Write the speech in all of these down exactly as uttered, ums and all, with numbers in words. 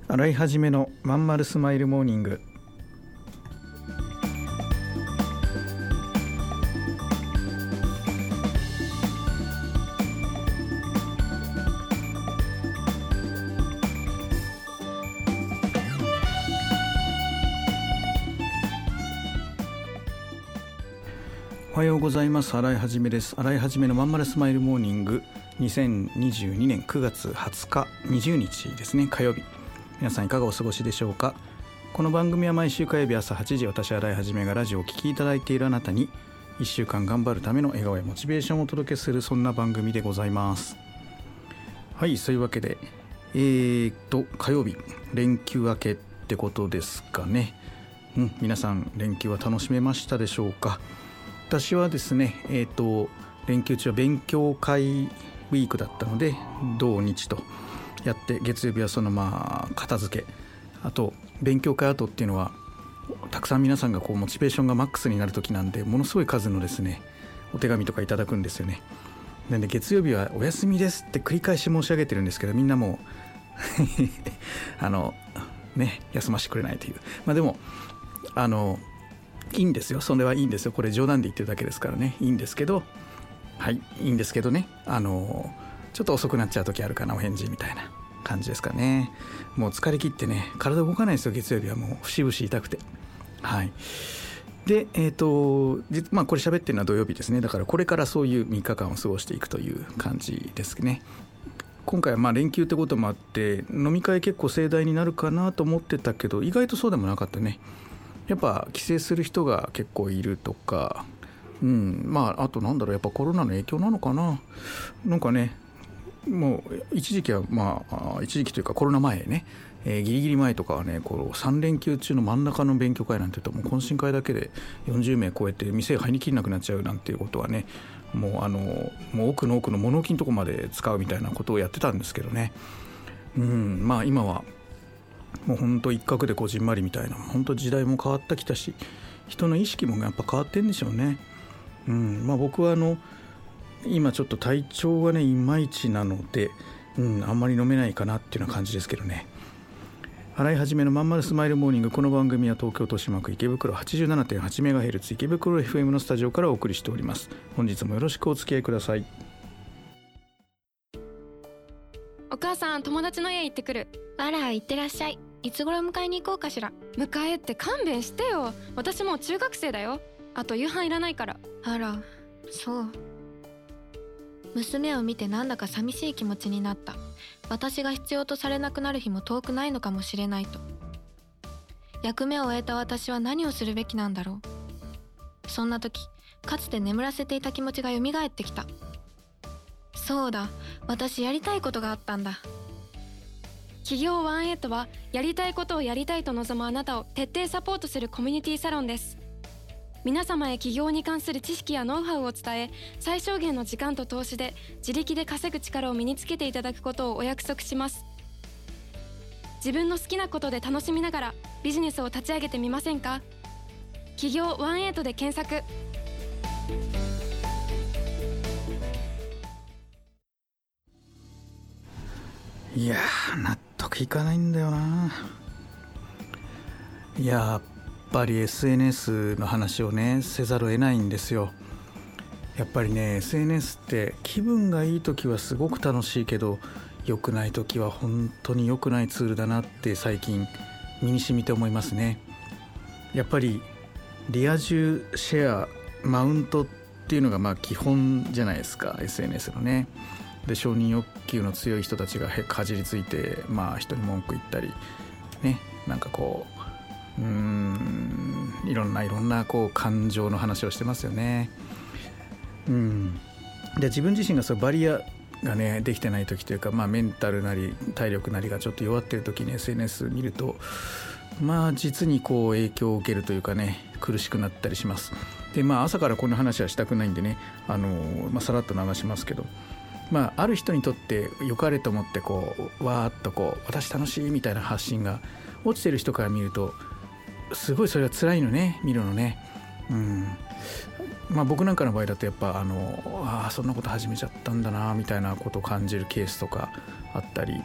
洗い始めのまんまるスマイルモーニング。おはようございます。洗い始めです。洗い始めのまんまるスマイルモーニング、にせんにじゅうにねんくがつはつかにじゅうにちですね、火曜日。皆さんいかがお過ごしでしょうか。この番組は毎週火曜日朝はちじ、私洗い始めがラジオを聴きいただいているあなたにいっしゅうかん頑張るための笑顔やモチベーションをお届けする、そんな番組でございます。はい、そういうわけでえー、っと火曜日、連休明けってことですかね。うん、皆さん連休は楽しめましたでしょうか。私はですね、えー、っと連休中は勉強会ウィークだったので、土日とやって、月曜日はそのまあ片付け、あと勉強会後っていうのはたくさん皆さんがこうモチベーションがマックスになる時なんで、ものすごい数のですねお手紙とかいただくんですよね。なんで月曜日はお休みですって繰り返し申し上げてるんですけど、みんなもうあのね休ませてくれないという。まあでもあのいいんですよ、それはいいんですよ。これ冗談で言ってるだけですからね、いいんですけど、はいいいんですけどね、あのちょっと遅くなっちゃう時あるかな、お返事みたいな感じですかね。もう疲れ切ってね、体動かないですよ、月曜日は。もう節々痛くて。はいでえっ、ー、とまあこれ喋ってるのは土曜日ですね。だからこれからそういうみっかかんを過ごしていくという感じですね。今回はまあ連休ってこともあって、飲み会結構盛大になるかなと思ってたけど、意外とそうでもなかったね。やっぱ帰省する人が結構いるとか、うん、まああとなんだろう、やっぱコロナの影響なのかな。なんかね、もう一時期はまあ一時期というかコロナ前ね、えー、ギリギリ前とかはね、こうさん連休中の真ん中の勉強会なんて言うと、もう懇親会だけでよんじゅうめい超えて店が入りきれなくなっちゃうなんていうことはね、もうあのもう奥の奥の物置のとこまで使うみたいなことをやってたんですけどね。うん、まあ今はもうほんと一角でこじんまりみたいな、本当時代も変わってきたし、人の意識もやっぱ変わってんでしょうね。うん、まあ僕はあの今ちょっと体調がねいまいちなので、うん、あんまり飲めないかなっていうような感じですけどね。洗い始めのまんまるスマイルモーニング。この番組は東京豊島区池袋 はちじゅうななてんはちメガヘルツ 池袋 エフエム のスタジオからお送りしております。本日もよろしくお付き合いください。 お母さん、友達の家行ってくる。 あら、行ってらっしゃい。いつ頃迎えに行こうかしら。 迎えって勘弁してよ。私もう中学生だよ。あと夕飯いらないから。 あら、そう。娘を見てなんだか寂しい気持ちになった。私が必要とされなくなる日も遠くないのかもしれないと。役目を終えた私は何をするべきなんだろう。そんな時、かつて眠らせていた気持ちが蘇ってきた。そうだ、私やりたいことがあったんだ。 企業ワンエイトはやりたいことをやりたいと望むあなたを徹底サポートするコミュニティサロンです。皆様へ起業に関する知識やノウハウを伝え、最小限の時間と投資で自力で稼ぐ力を身につけていただくことをお約束します。自分の好きなことで楽しみながらビジネスを立ち上げてみませんか。起業ワンエイトで検索。 いやー、納得いかないんだよな。いややっぱり エスエヌエス の話をねせざるを得ないんですよ。やっぱりね エスエヌエス って気分がいい時はすごく楽しいけど、良くない時は本当に良くないツールだなって最近身に染みて思いますね。やっぱりリア充シェアマウントっていうのがまあ基本じゃないですか、 エスエヌエス のね。で承認欲求の強い人たちがかじりついて、まあ人に文句言ったりね、なんかこううーんいろんないろんなこう感情の話をしてますよね。うんで自分自身がそうバリアがねできてない時というか、まあメンタルなり体力なりがちょっと弱ってる時に エスエヌエス 見ると、まあ実にこう影響を受けるというかね、苦しくなったりします。でまあ朝からこの話はしたくないんでね、あの、まあ、さらっと流しますけど、まあある人にとって良かれと思ってこうわーっとこう私楽しいみたいな発信が落ちてる人から見ると、すごいそれは辛いのね、見るのね。うんまあ僕なんかの場合だとやっぱあのあそんなこと始めちゃったんだなみたいなことを感じるケースとかあったり、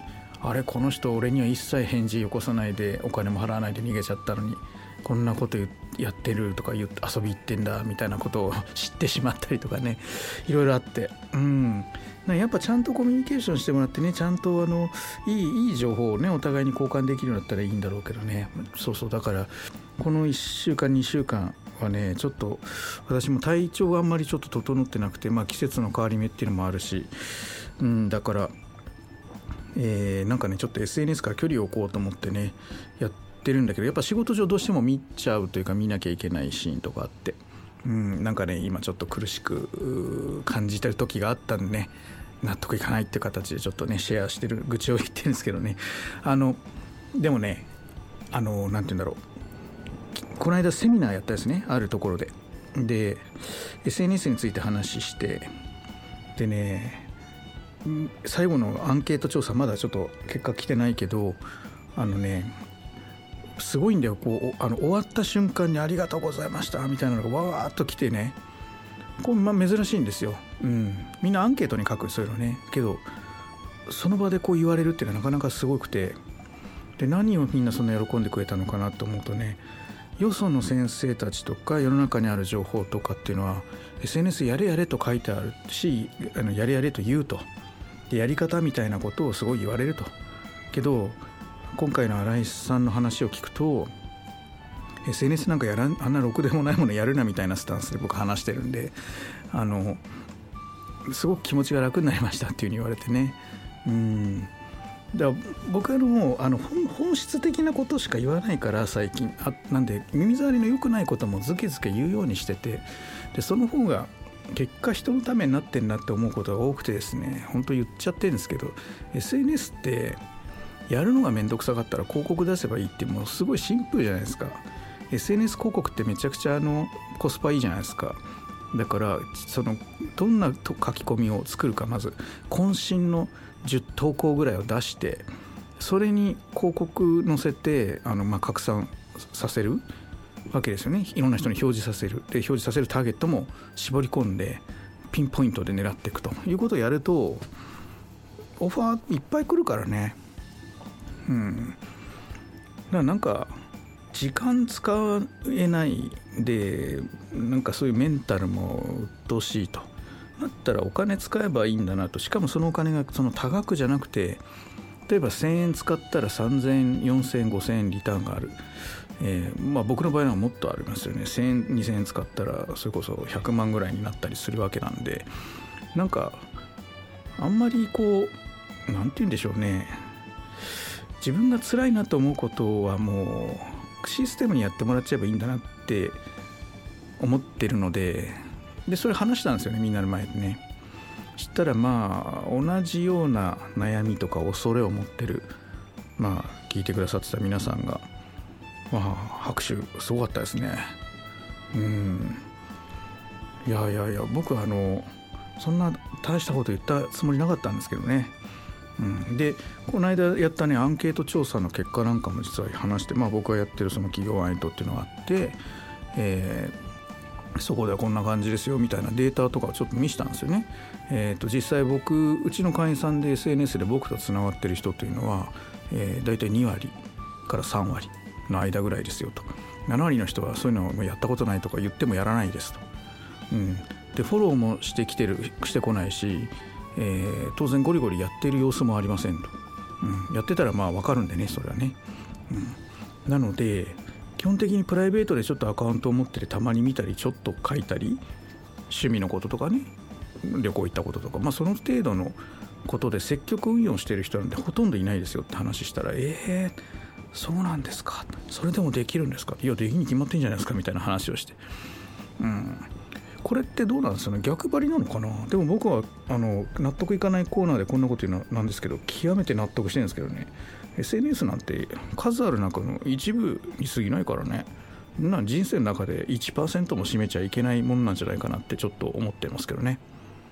あれこの人俺には一切返事よこさないでお金も払わないで逃げちゃったのにこんなことやってるとか言って遊び行ってんだみたいなことを知ってしまったりとかね、いろいろあって、うんやっぱちゃんとコミュニケーションしてもらってね、ちゃんとあのいい、いい情報をねお互いに交換できるようになったらいいんだろうけどね。そうそう、だからこのいっしゅうかんにしゅうかんはねちょっと私も体調があんまりちょっと整ってなくて、まあ季節の変わり目っていうのもあるし、うん、だから、えー、なんかねちょっと エスエヌエス から距離を置こうと思ってねやってるんだけど、やっぱ仕事上どうしても見ちゃうというか見なきゃいけないシーンとかあって、うん、なんかね今ちょっと苦しく感じてる時があったんでね、納得いかないっていう形でちょっとねシェアしてる愚痴を言ってるんですけどね、あのでもねあのなんて言うんだろう、この間セミナーやったですね、あるところでで エスエヌエス について話して、でね最後のアンケート調査まだちょっと結果来てないけど、あのねすごいんだよ、こうあの終わった瞬間にありがとうございましたみたいなのがわーっと来てね、これまあ珍しいんですよ、うん、みんなアンケートに書くそういうのね、けどその場でこう言われるっていうのはなかなかすごくて、で何をみんなそんな喜んでくれたのかなと思うとね、よその先生たちとか世の中にある情報とかっていうのは エスエヌエス やれやれと書いてあるし、あのやれやれと言うと、でやり方みたいなことをすごい言われると、けど今回の新井さんの話を聞くと エスエヌエス なんかやらん、あんなろくでもないものやるなみたいなスタンスで僕話してるんで、あのすごく気持ちが楽になりましたっていうふうに言われてね、うんだから僕はもうあの 本, 本質的なことしか言わないから最近、あなんで耳障りの良くないこともずけずけ言うようにしてて、でその方が結果人のためになってんなって思うことが多くてですね、本当言っちゃってるんですけど、 エスエヌエス ってやるのがめんどくさかったら広告出せばいいって、もうすごいシンプルじゃないですか。 エスエヌエス 広告ってめちゃくちゃあのコスパいいじゃないですか。だからそのどんな書き込みを作るか、まず渾身のじゅう投稿ぐらいを出して、それに広告載せてあのまあ拡散させるわけですよね。いろんな人に表示させる、で表示させるターゲットも絞り込んでピンポイントで狙っていくということをやるとオファーいっぱい来るからね。うん、だからなんか時間使えないで、なんかそういうメンタルも鬱陶しいとだったらお金使えばいいんだなと。しかもそのお金がその多額じゃなくて、例えばせんえん使ったらさんぜんえんよんせんえんごせんえんリターンがある、えーまあ、僕の場合はもっとありますよね。せんえんにせんえん使ったらそれこそひゃくまんぐらいになったりするわけなんで、なんかあんまりこうなんて言うんでしょうね、自分が辛いなと思うことはもうシステムにやってもらっちゃえばいいんだなって思ってるので、でそれ話したんですよね、みんなの前でね。したらまあ同じような悩みとか恐れを持ってる、まあ聞いてくださってた皆さんが、まあ拍手すごかったですね。うんいやいやいや、僕はあのそんな大したこと言ったつもりなかったんですけどね。うん、でこの間やったねアンケート調査の結果なんかも実は話して、まあ僕がやってるその企業ワイントっていうのがあって、えー、そこではこんな感じですよみたいなデータとかをちょっと見せたんですよね。えー、と実際僕うちの会員さんで エスエヌエス で僕とつながってる人というのは、えー、大体にわりからさんわりの間ぐらいですよと。ななわりの人はそういうのをやったことないとか言ってもやらないですと。うん、でフォローもしてきてるしてこないし、えー、当然ゴリゴリやっている様子もありませんと、うん、やってたらまあ分かるんでねそれはね、うん、なので基本的にプライベートでちょっとアカウントを持っててたまに見たりちょっと書いたり趣味のこととかね旅行行ったこととか、まあ、その程度のことで積極運用している人なんてほとんどいないですよって話したら、えー、そうなんですか、それでもできるんですか、いやできに決まってんじゃないですかみたいな話をして、うんこれってどうなんですよね、逆張りなのかな。でも僕はあの納得いかないコーナーでこんなこと言うのなんですけど、極めて納得してるんですけどね。 エスエヌエス なんて数ある中の一部に過ぎないからね、な人生の中で いちパーセント も占めちゃいけないものなんじゃないかなってちょっと思ってますけどね。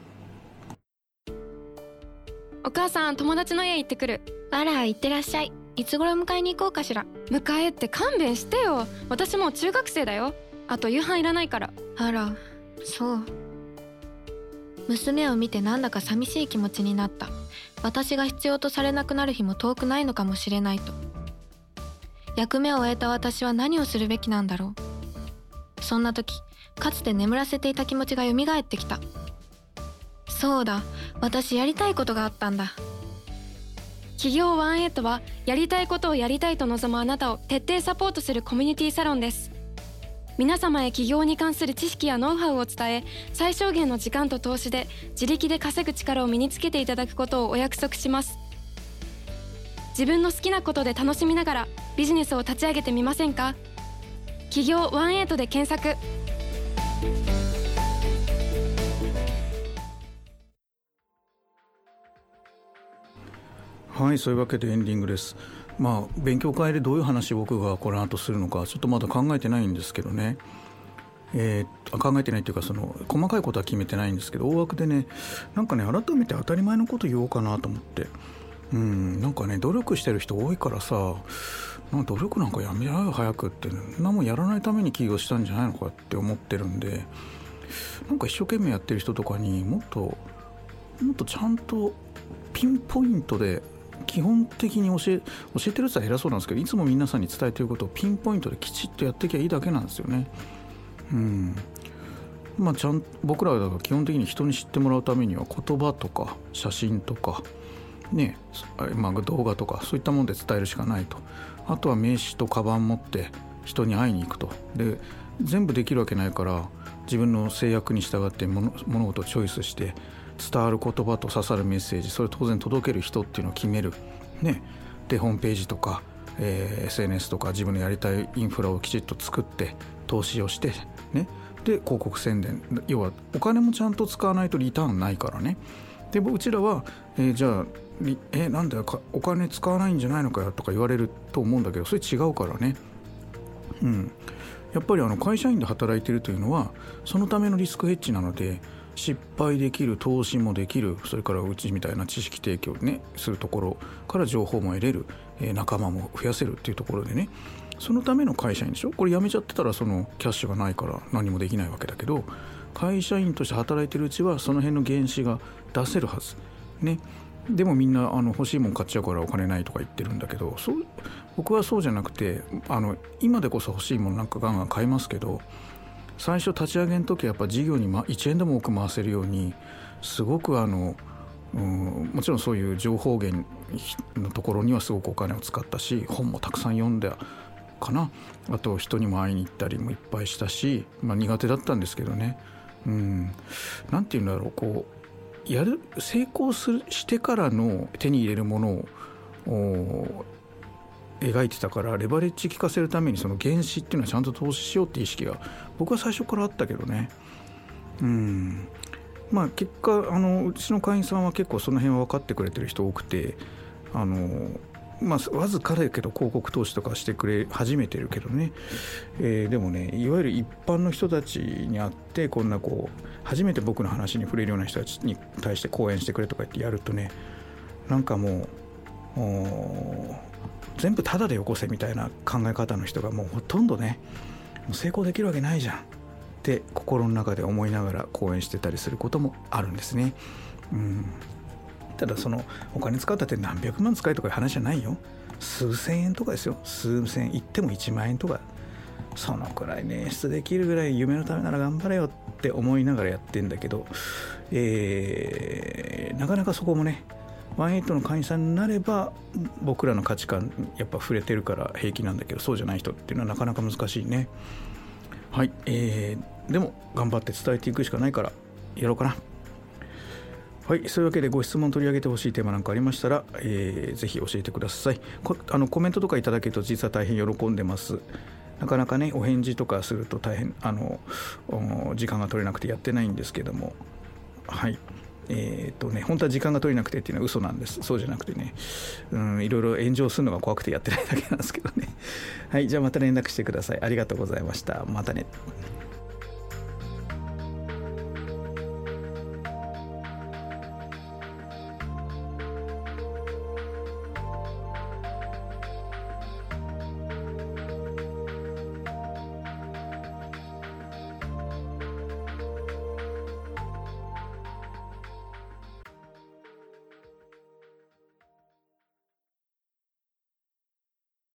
お母さん友達の家行ってくる。 あら行ってらっしゃい。いつ頃迎えに行こうかしら。 迎えって勘弁してよ、私もう中学生だよ。あと夕飯いらないから。 あらそう。娘を見てなんだか寂しい気持ちになった。 私が必要とされなくなる日も遠くないのかもしれないと。役目を終えた私は何をするべきなんだろう。そんな時、かつて眠らせていた気持ちが蘇ってきた。そうだ、私やりたいことがあったんだ。 企業ワンエイトはやりたいことをやりたいと望むあなたを徹底サポートするコミュニティサロンです。皆様へ起業に関する知識やノウハウを伝え、最小限の時間と投資で自力で稼ぐ力を身につけていただくことをお約束します。自分の好きなことで楽しみながらビジネスを立ち上げてみませんか？起業ワンエイトで検索。 はい、そういうわけでエンディングです。まあ勉強会でどういう話を僕がこの後するのかちょっとまだ考えてないんですけどね、えー、考えてないというかその細かいことは決めてないんですけど、大枠でね、なんかね改めて当たり前のこと言おうかなと思って、うん、なんかね努力してる人多いからさ、なんか努力なんかやめろよ早くって、何もやらないために起業したんじゃないのかって思ってるんで、なんか一生懸命やってる人とかにもっともっとちゃんとピンポイントで基本的に教え、教えてる人は偉そうなんですけど、いつも皆さんに伝えていることをピンポイントできちっとやっていけばいいだけなんですよね。うん、まあちゃん僕らはだから基本的に人に知ってもらうためには言葉とか写真とかね、まあ、動画とかそういったもので伝えるしかないと。あとは名刺とカバン持って人に会いに行くと。で全部できるわけないから自分の制約に従って物、物事をチョイスして伝わる言葉と刺さるメッセージ、それを当然届ける人っていうのを決める、ね、でホームページとか、えー、エスエヌエス とか自分のやりたいインフラをきちっと作って投資をして、ね、で広告宣伝、要はお金もちゃんと使わないとリターンないからね。でうちらは、えー、じゃあえなんだよお金使わないんじゃないのかよとか言われると思うんだけど、それ違うからね。うん、やっぱりあの会社員で働いているというのはそのためのリスクヘッジなので、失敗できる、投資もできる、それからうちみたいな知識提供、ね、するところから情報も得れる、えー、仲間も増やせるっていうところでね、そのための会社員でしょ。これ辞めちゃってたらそのキャッシュがないから何もできないわけだけど、会社員として働いてるうちはその辺の原資が出せるはずね。でもみんなあの欲しいもん買っちゃうからお金ないとか言ってるんだけど、そう僕はそうじゃなくて、あの今でこそ欲しいもんなんかガンガン買いますけど、最初立ち上げの時はやっぱ事業にいちえんでも多く回せるようにすごくあの、うん、もちろんそういう情報源のところにはすごくお金を使ったし、本もたくさん読んだかな。あと人にも会いに行ったりもいっぱいしたし、まあ、苦手だったんですけどね、うん、なんていうんだろう、こうやる成功するしてからの手に入れるものを描いてたから、レバレッジ効かせるためにその原資っていうのはちゃんと投資しようっていう意識が僕は最初からあったけどね。うんまあ結果あのうちの会員さんは結構その辺は分かってくれてる人多くて、あのまあわずかだけど広告投資とかしてくれ始めてるけどね、えー、でもね、いわゆる一般の人たちに会ってこんなこう初めて僕の話に触れるような人たちに対して講演してくれとか言ってやるとね、なんかもう全部タダでよこせみたいな考え方の人がもうほとんどね、もう成功できるわけないじゃんって心の中で思いながら講演してたりすることもあるんですね。うん、ただそのお金使ったって何百万使えとかいう話じゃないよ。数千円とかですよ。数千円いってもいちまん円とか、そのくらい捻出できるぐらい夢のためなら頑張れよって思いながらやってんだけど、えー、なかなかそこもね、ワンエイトの会員さんになれば僕らの価値観やっぱ触れてるから平気なんだけど、そうじゃない人っていうのはなかなか難しいね。はい、えー、でも頑張って伝えていくしかないからやろうかな。はい、そういうわけでご質問取り上げてほしいテーマなんかありましたら、えー、ぜひ教えてください。こあのコメントとかいただけると実は大変喜んでます。なかなかねお返事とかすると大変あの時間が取れなくてやってないんですけども、はいえーとね、本当は時間が取れなくてっていうのは嘘なんです。そうじゃなくてね、うん、いろいろ炎上するのが怖くてやってないだけなんですけどね。はい、じゃあまた連絡してください。ありがとうございました。またね。